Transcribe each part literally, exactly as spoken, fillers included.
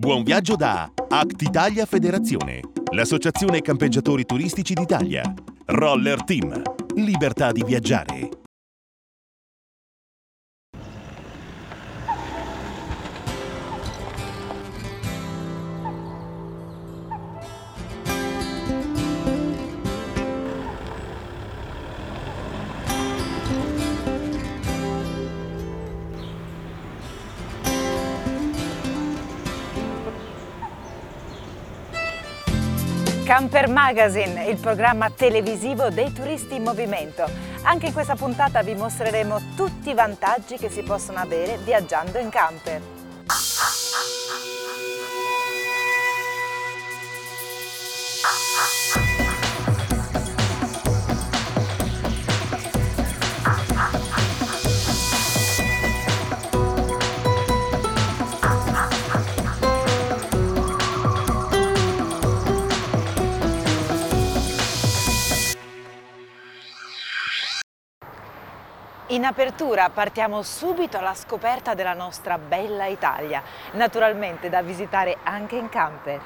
Buon viaggio da Act Italia Federazione, l'associazione campeggiatori turistici d'Italia. Roller Team, libertà di viaggiare. Camper Magazine, il programma televisivo dei turisti in movimento. Anche in questa puntata vi mostreremo tutti i vantaggi che si possono avere viaggiando in camper. In apertura partiamo subito alla scoperta della nostra bella Italia, naturalmente da visitare anche in camper.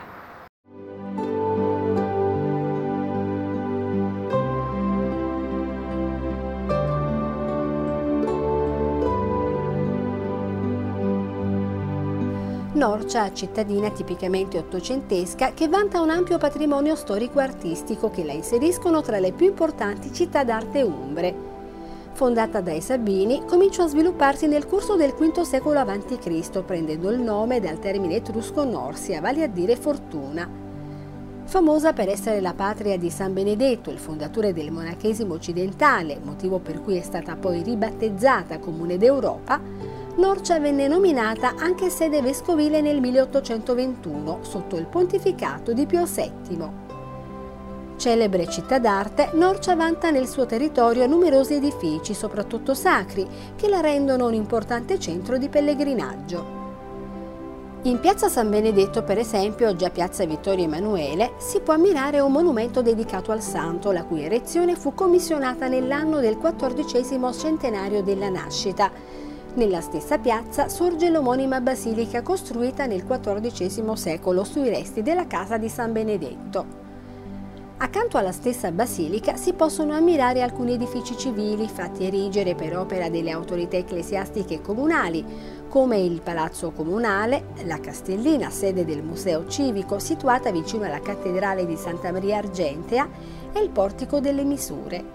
Norcia, cittadina tipicamente ottocentesca che vanta un ampio patrimonio storico-artistico che la inseriscono tra le più importanti città d'arte umbre. Fondata dai Sabini, cominciò a svilupparsi nel corso del quinto secolo avanti Cristo, prendendo il nome dal termine etrusco Norsia, vale a dire fortuna. Famosa per essere la patria di San Benedetto, il fondatore del monachesimo occidentale, motivo per cui è stata poi ribattezzata Comune d'Europa, Norcia venne nominata anche sede vescovile nel milleottocentoventuno, sotto il pontificato di Pio settimo. Celebre città d'arte, Norcia vanta nel suo territorio numerosi edifici, soprattutto sacri, che la rendono un importante centro di pellegrinaggio. In piazza San Benedetto, per esempio, già piazza Vittorio Emanuele, si può ammirare un monumento dedicato al santo, la cui erezione fu commissionata nell'anno del quattordicesimo centenario della nascita. Nella stessa piazza sorge l'omonima basilica costruita nel quattordicesimo secolo sui resti della casa di San Benedetto. Accanto alla stessa basilica si possono ammirare alcuni edifici civili fatti erigere per opera delle autorità ecclesiastiche e comunali, come il Palazzo Comunale, la Castellina, sede del Museo Civico, situata vicino alla Cattedrale di Santa Maria Argentea, e il Portico delle Misure.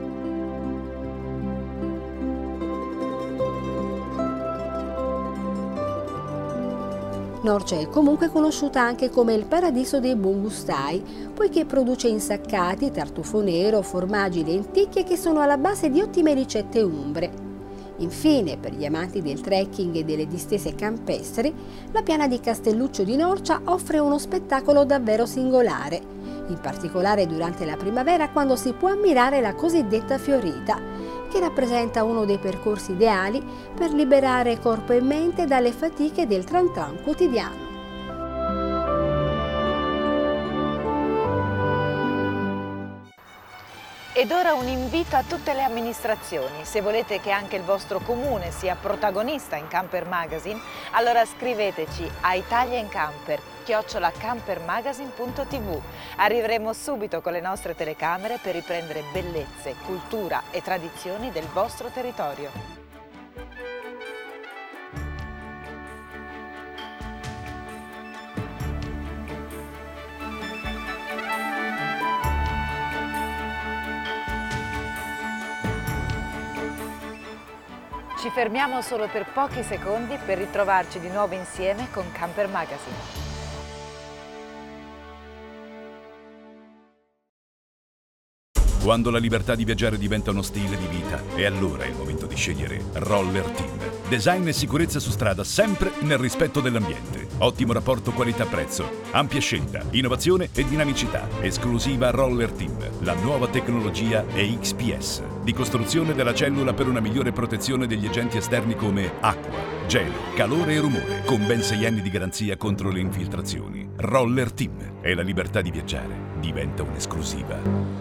Norcia è comunque conosciuta anche come il paradiso dei buongustai, poiché produce insaccati, tartufo nero, formaggi, lenticchie che sono alla base di ottime ricette umbre. Infine, per gli amanti del trekking e delle distese campestri, la piana di Castelluccio di Norcia offre uno spettacolo davvero singolare, in particolare durante la primavera quando si può ammirare la cosiddetta fiorita, che rappresenta uno dei percorsi ideali per liberare corpo e mente dalle fatiche del tran tran quotidiano. Ed ora un invito a tutte le amministrazioni. Se volete che anche il vostro comune sia protagonista in Camper Magazine, allora scriveteci a Italia in Camper, chiocciola campermagazine punto tv. Arriveremo subito con le nostre telecamere per riprendere bellezze, cultura e tradizioni del vostro territorio. Ci fermiamo solo per pochi secondi per ritrovarci di nuovo insieme con Camper Magazine. Quando la libertà di viaggiare diventa uno stile di vita, è allora il momento di scegliere Roller Team. Design e sicurezza su strada sempre nel rispetto dell'ambiente. Ottimo rapporto qualità-prezzo, ampia scelta, innovazione e dinamicità. Esclusiva Roller Team. La nuova tecnologia è X P S, di costruzione della cellula per una migliore protezione degli agenti esterni come acqua, gelo, calore e rumore, con ben sei anni di garanzia contro le infiltrazioni. Roller Team. E la libertà di viaggiare diventa un'esclusiva.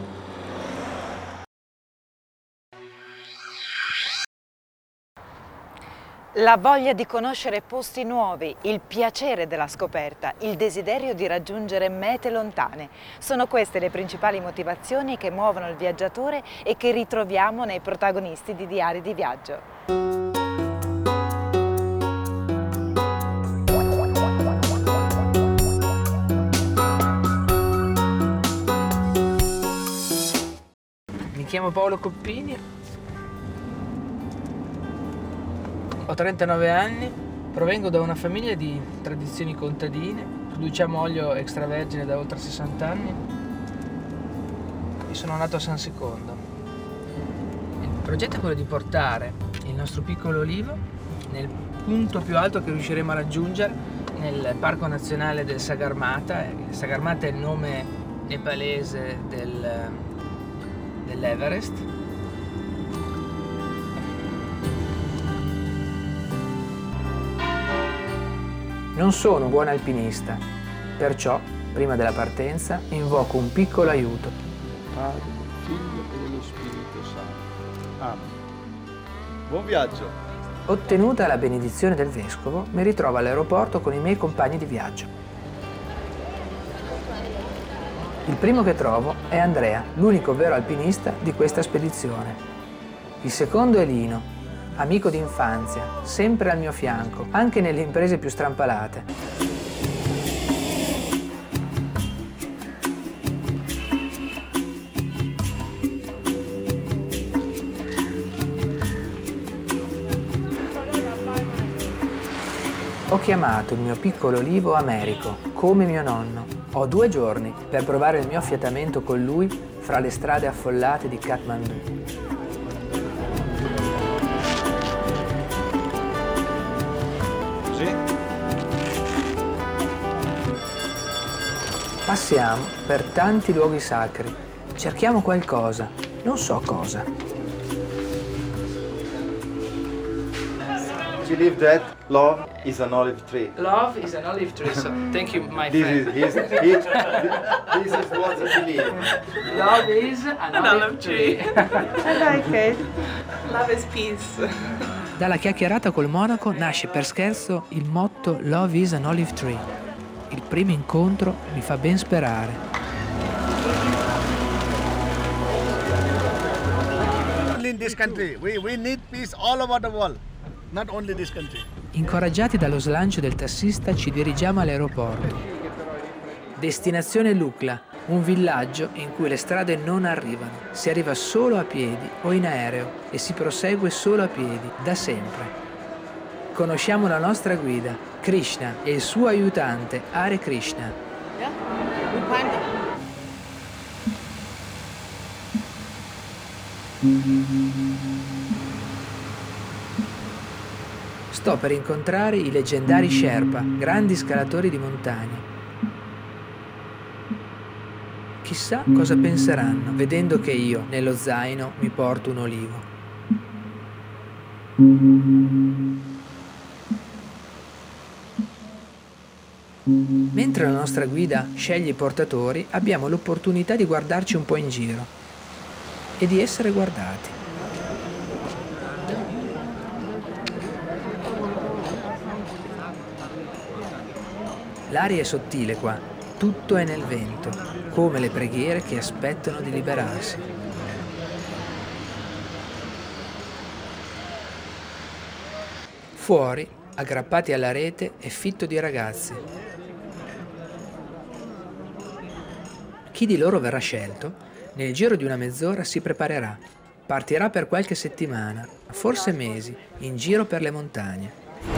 La voglia di conoscere posti nuovi, il piacere della scoperta, il desiderio di raggiungere mete lontane. Sono queste le principali motivazioni che muovono il viaggiatore e che ritroviamo nei protagonisti di Diari di Viaggio. Mi chiamo Paolo Coppini. Ho trentanove anni, provengo da una famiglia di tradizioni contadine, produciamo olio extravergine da oltre sessanta anni e sono nato a San Secondo. Il progetto è quello di portare il nostro piccolo olivo nel punto più alto che riusciremo a raggiungere, nel Parco Nazionale del Sagarmatha. Il Sagarmatha è il nome nepalese del, dell'Everest. Non sono un buon alpinista, perciò, prima della partenza, invoco un piccolo aiuto. Padre, Figlio e dello Spirito Santo. Amen. Buon viaggio! Ottenuta la benedizione del Vescovo, mi ritrovo all'aeroporto con i miei compagni di viaggio. Il primo che trovo è Andrea, l'unico vero alpinista di questa spedizione. Il secondo è Lino, amico d'infanzia, sempre al mio fianco, anche nelle imprese più strampalate. Ho chiamato il mio piccolo olivo Americo, come mio nonno. Ho due giorni per provare il mio affiatamento con lui fra le strade affollate di Kathmandu. Passiamo per tanti luoghi sacri, cerchiamo qualcosa, non so cosa. Do you believe that love is an olive tree? Love is an olive tree, so thank you, my This friend. is, his, he, this is what he believes. Love is an, An olive olive tree. tree. I like it. Love is peace. Dalla chiacchierata col monaco nasce per scherzo il motto Love is an olive tree. Il primo incontro mi fa ben sperare. In this country, we, we need peace all over the world, not only this country. Incoraggiati dallo slancio del tassista ci dirigiamo all'aeroporto. Destinazione Lukla, un villaggio in cui le strade non arrivano. Si arriva solo a piedi o in aereo e si prosegue solo a piedi, da sempre. Conosciamo la nostra guida, Krishna, e il suo aiutante, Hare Krishna. Sto per incontrare i leggendari Sherpa, grandi scalatori di montagna. Chissà cosa penseranno vedendo che io, nello zaino, mi porto un olivo. Mentre la nostra guida sceglie i portatori, abbiamo l'opportunità di guardarci un po' in giro e di essere guardati. L'aria è sottile qua, tutto è nel vento, come le preghiere che aspettano di liberarsi. Fuori, aggrappati alla rete, è fitto di ragazzi. Chi di loro verrà scelto, nel giro di una mezz'ora si preparerà. Partirà per qualche settimana, forse mesi, in giro per le montagne.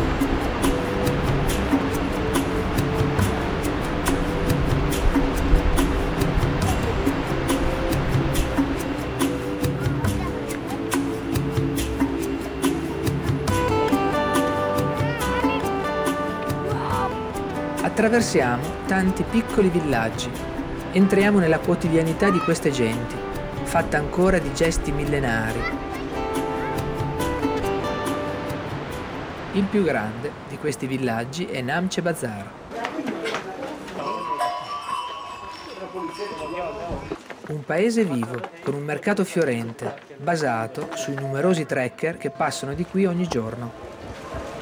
Attraversiamo tanti piccoli villaggi. Entriamo nella quotidianità di queste genti, fatta ancora di gesti millenari. Il più grande di questi villaggi è Namche Bazar. Un paese vivo, con un mercato fiorente, basato sui numerosi trekker che passano di qui ogni giorno.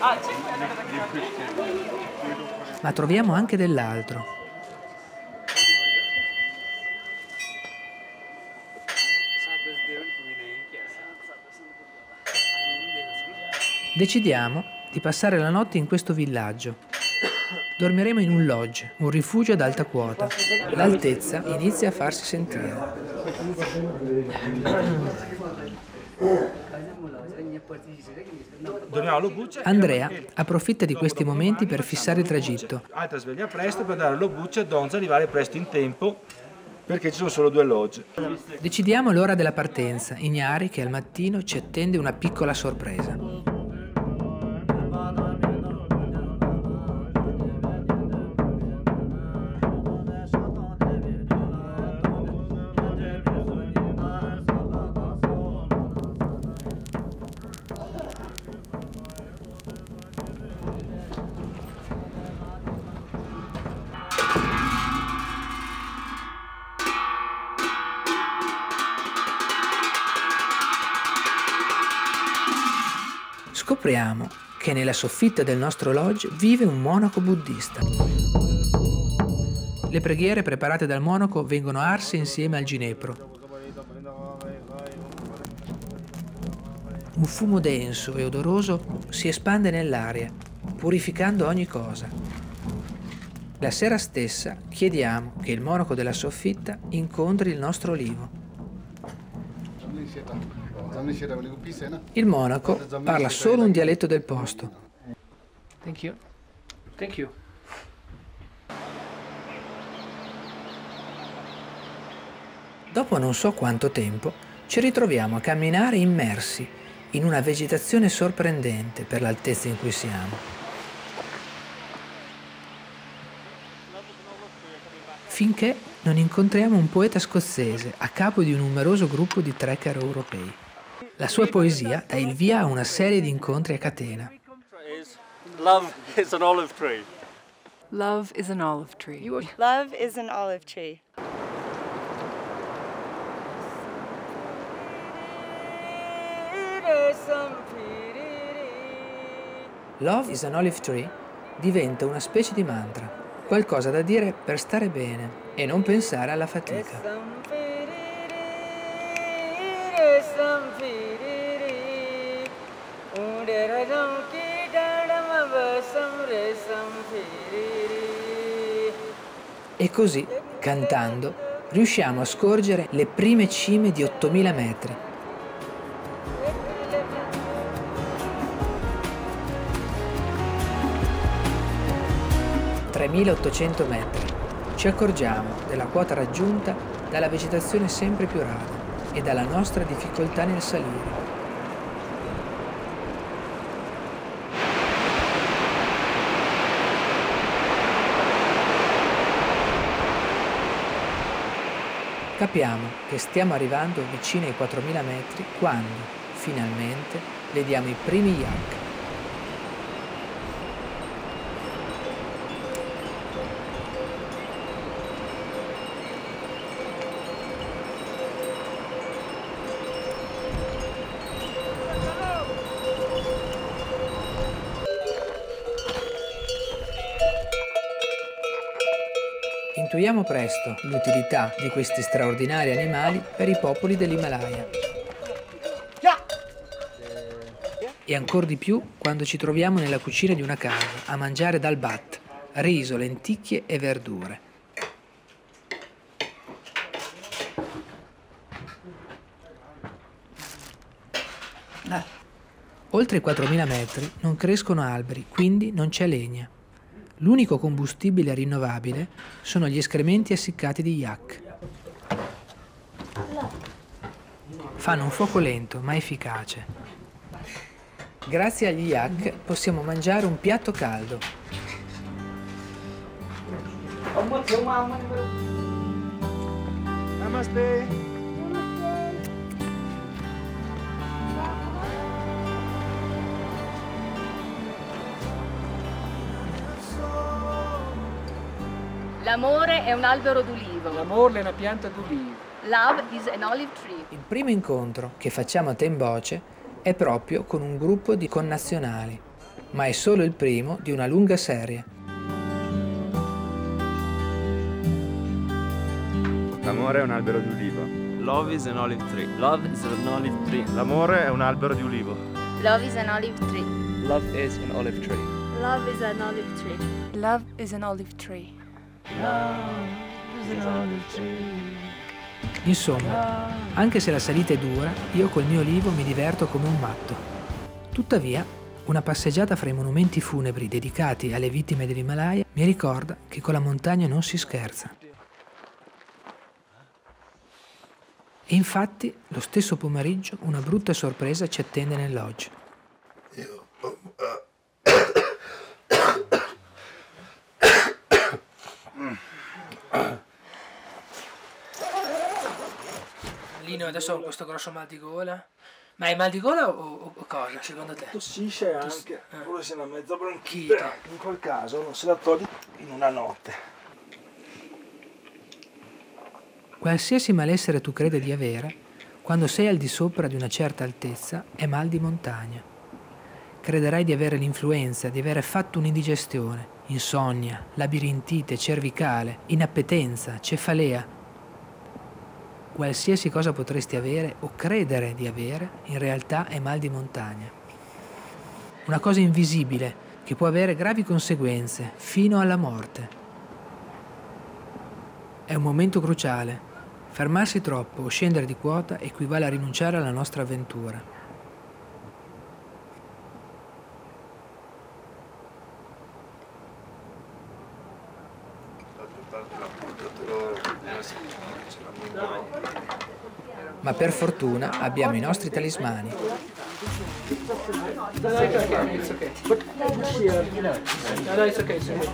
Ma troviamo anche dell'altro. Decidiamo di passare la notte in questo villaggio. Dormiremo in un lodge, un rifugio ad alta quota. L'altezza inizia a farsi sentire. Andrea approfitta di questi momenti per fissare il tragitto. Altra sveglia presto per andare allo Buccia e Donza, arrivare presto in tempo, perché ci sono solo due lodge. Decidiamo l'ora della partenza, ignari che al mattino ci attende una piccola sorpresa. Scopriamo che nella soffitta del nostro lodge vive un monaco buddista. Le preghiere preparate dal monaco vengono arse insieme al ginepro. Un fumo denso e odoroso si espande nell'aria, purificando ogni cosa. La sera stessa chiediamo che il monaco della soffitta incontri il nostro olivo. Il monaco parla solo un dialetto del posto. Thank you. Thank you. Dopo non so quanto tempo ci ritroviamo a camminare immersi in una vegetazione sorprendente per l'altezza in cui siamo. Finché non incontriamo un poeta scozzese a capo di un numeroso gruppo di trekker europei. La sua poesia dà il via a una serie di incontri a catena. Love is an olive tree. Love is an olive tree. Love is an olive tree. Love is an olive tree diventa una specie di mantra, qualcosa da dire per stare bene e non pensare alla fatica. E così, cantando, riusciamo a scorgere le prime cime di ottomila metri. tremilaottocento metri. Ci accorgiamo della quota raggiunta dalla vegetazione sempre più rada e dalla nostra difficoltà nel salire. Capiamo che stiamo arrivando vicino ai quattromila metri quando, finalmente, vediamo i primi yak. Intuiamo presto l'utilità di questi straordinari animali per i popoli dell'Himalaya. E ancor di più quando ci troviamo nella cucina di una casa a mangiare dal bat, riso, lenticchie e verdure. Oltre i quattromila metri non crescono alberi, quindi non c'è legna. L'unico combustibile rinnovabile sono gli escrementi essiccati di yak. Fanno un fuoco lento ma efficace. Grazie agli yak possiamo mangiare un piatto caldo. Namaste. L'amore è un albero d'ulivo. L'amore è una pianta d'ulivo. Love is an olive tree. Il primo incontro che facciamo a Temboce è proprio con un gruppo di connazionali, ma è solo il primo di una lunga serie. L'amore è un albero di ulivo. Love is an olive tree. Love is an olive tree. L'amore è un albero di ulivo. Love is an olive tree. Love is an olive tree. Love is an olive tree. Love is an olive tree. Love is an olive tree. Insomma, anche se la salita è dura, io col mio olivo mi diverto come un matto. Tuttavia, una passeggiata fra i monumenti funebri dedicati alle vittime dell'Himalaya mi ricorda che con la montagna non si scherza. E infatti, lo stesso pomeriggio, una brutta sorpresa ci attende nel lodge. Lino, adesso ho questo grosso mal di gola. Ma è mal di gola o, o cosa, secondo te? Tossisce anche, Toss- eh. forse sia una mezza bronchite. In quel caso non se la togli in una notte. Qualsiasi malessere tu crede di avere, quando sei al di sopra di una certa altezza, è mal di montagna. Crederai di avere l'influenza, di avere fatto un'indigestione, insonnia, labirintite, cervicale, inappetenza, cefalea. Qualsiasi cosa potresti avere o credere di avere, in realtà è mal di montagna. Una cosa invisibile che può avere gravi conseguenze, fino alla morte. È un momento cruciale. Fermarsi troppo o scendere di quota equivale a rinunciare alla nostra avventura. Ma per fortuna abbiamo i nostri talismani. No, no, it's okay. It's okay. No, no, it's okay. It's okay.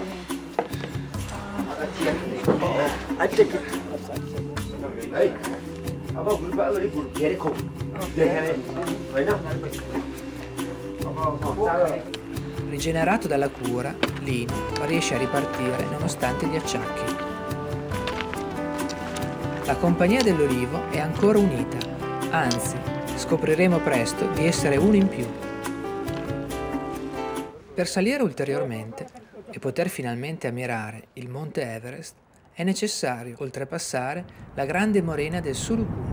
I take it. Hey, about good battle, you put get it cool. Right now. Rigenerato dalla cura, Lino riesce a ripartire nonostante gli acciacchi. La compagnia dell'Olivo è ancora unita, anzi, scopriremo presto di essere uno in più. Per salire ulteriormente e poter finalmente ammirare il Monte Everest, è necessario oltrepassare la grande morena del Sulukhumbu.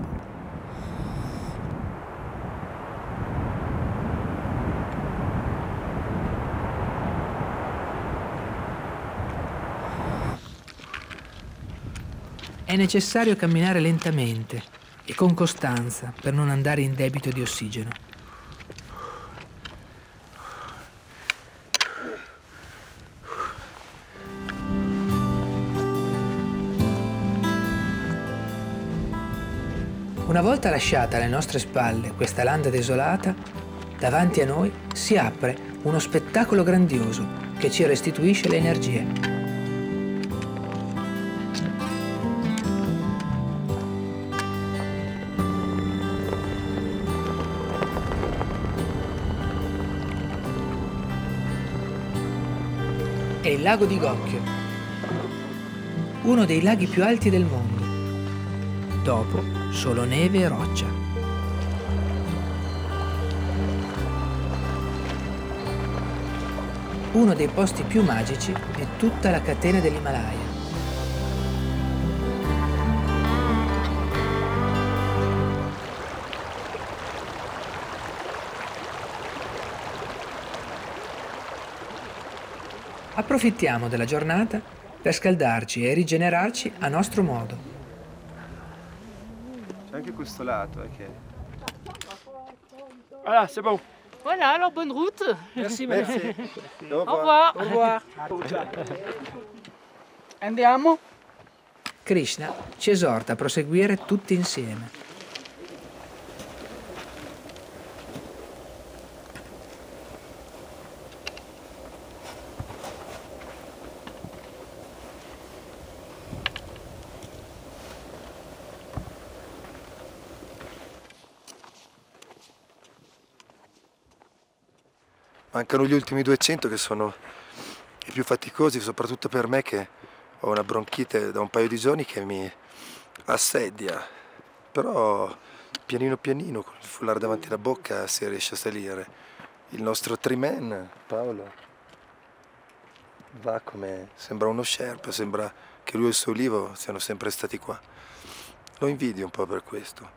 È necessario camminare lentamente e con costanza per non andare in debito di ossigeno. Una volta lasciata alle nostre spalle questa landa desolata, davanti a noi si apre uno spettacolo grandioso che ci restituisce le energie. È il lago di Gokyo, uno dei laghi più alti del mondo. Dopo, solo neve e roccia. Uno dei posti più magici di tutta la catena dell'Himalaya. Approfittiamo della giornata per scaldarci e rigenerarci a nostro modo. C'è anche questo lato, eh, che... Voilà, c'est bon. Voilà, alors bonne route. Merci, merci. Au revoir. Au revoir. Andiamo? Krishna ci esorta a proseguire tutti insieme. Mancano gli ultimi duecento che sono i più faticosi, soprattutto per me che ho una bronchite da un paio di giorni che mi assedia. Però pianino pianino, con il foulard davanti alla bocca, si riesce a salire. il nostro triman, Paolo, va come... sembra uno Sherpa, sembra che lui e il suo ulivo siano sempre stati qua. Lo invidio un po' per questo.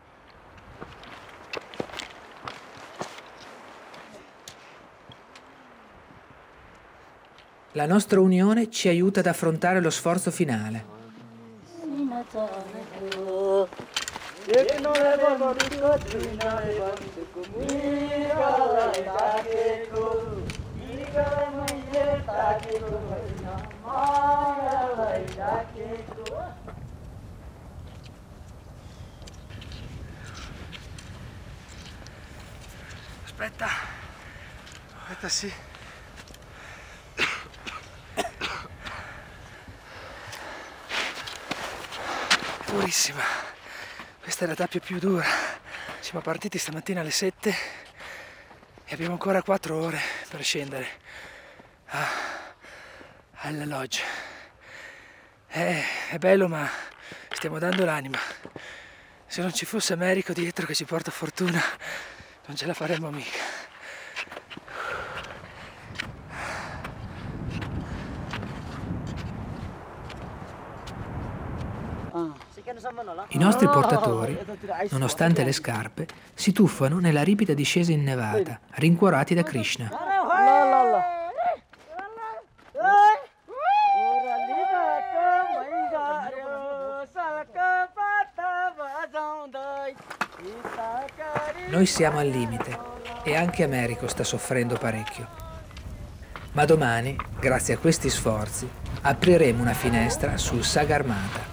La nostra unione ci aiuta ad affrontare lo sforzo finale. Aspetta, aspetta sì. Durissima. Questa è la tappia più dura. Siamo partiti stamattina alle sette e abbiamo ancora quattro ore per scendere ah, alla lodge. Eh, è bello, ma stiamo dando l'anima. Se non ci fosse Americo dietro che ci porta fortuna, non ce la faremmo mica. I nostri portatori, nonostante le scarpe, si tuffano nella ripida discesa innevata, rincuorati da Krishna. Noi siamo al limite e anche Americo sta soffrendo parecchio. Ma domani, grazie a questi sforzi, apriremo una finestra sul Sagarmatha.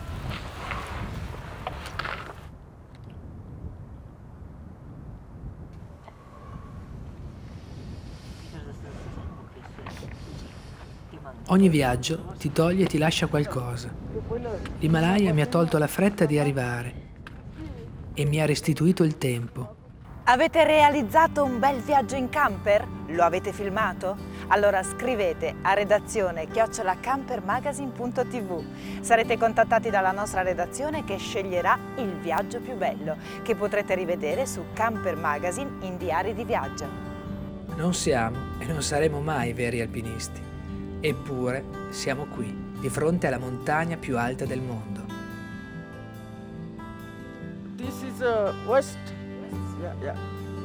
Ogni viaggio ti toglie e ti lascia qualcosa. L'Himalaya mi ha tolto la fretta di arrivare e mi ha restituito il tempo. Avete realizzato un bel viaggio in camper? Lo avete filmato? Allora scrivete a redazione chiocciola campermagazine punto tv. Sarete contattati dalla nostra redazione che sceglierà il viaggio più bello, che potrete rivedere su Camper Magazine in diari di viaggio. Non siamo e non saremo mai veri alpinisti. Eppure siamo qui, di fronte alla montagna più alta del mondo. This is a west. Yeah, yeah.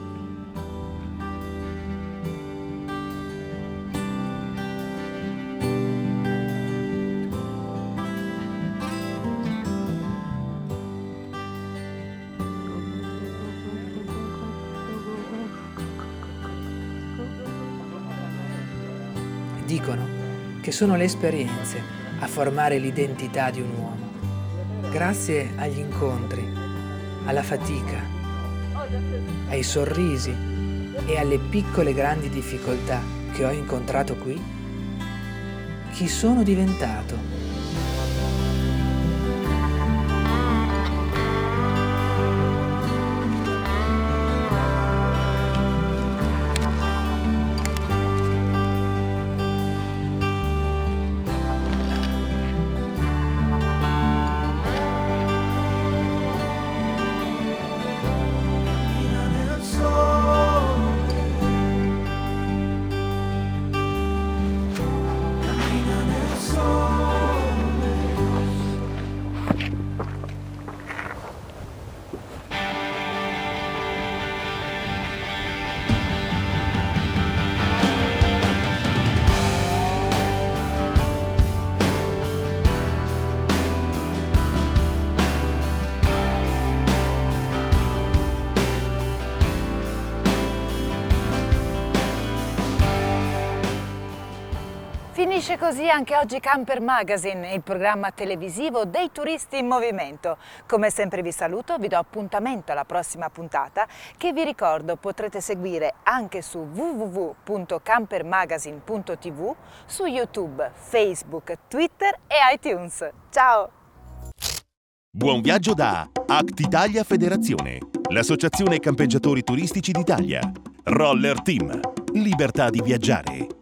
Dicono che sono le esperienze a formare l'identità di un uomo. Grazie agli incontri, alla fatica, ai sorrisi e alle piccole grandi difficoltà che ho incontrato qui, chi sono diventato? Finisce così anche oggi Camper Magazine, il programma televisivo dei turisti in movimento. Come sempre vi saluto, vi do appuntamento alla prossima puntata che vi ricordo potrete seguire anche su w w w punto campermagazine punto tv, su YouTube, Facebook, Twitter e iTunes. Ciao! Buon viaggio da Act Italia Federazione, l'associazione campeggiatori turistici d'Italia. Roller Team, libertà di viaggiare.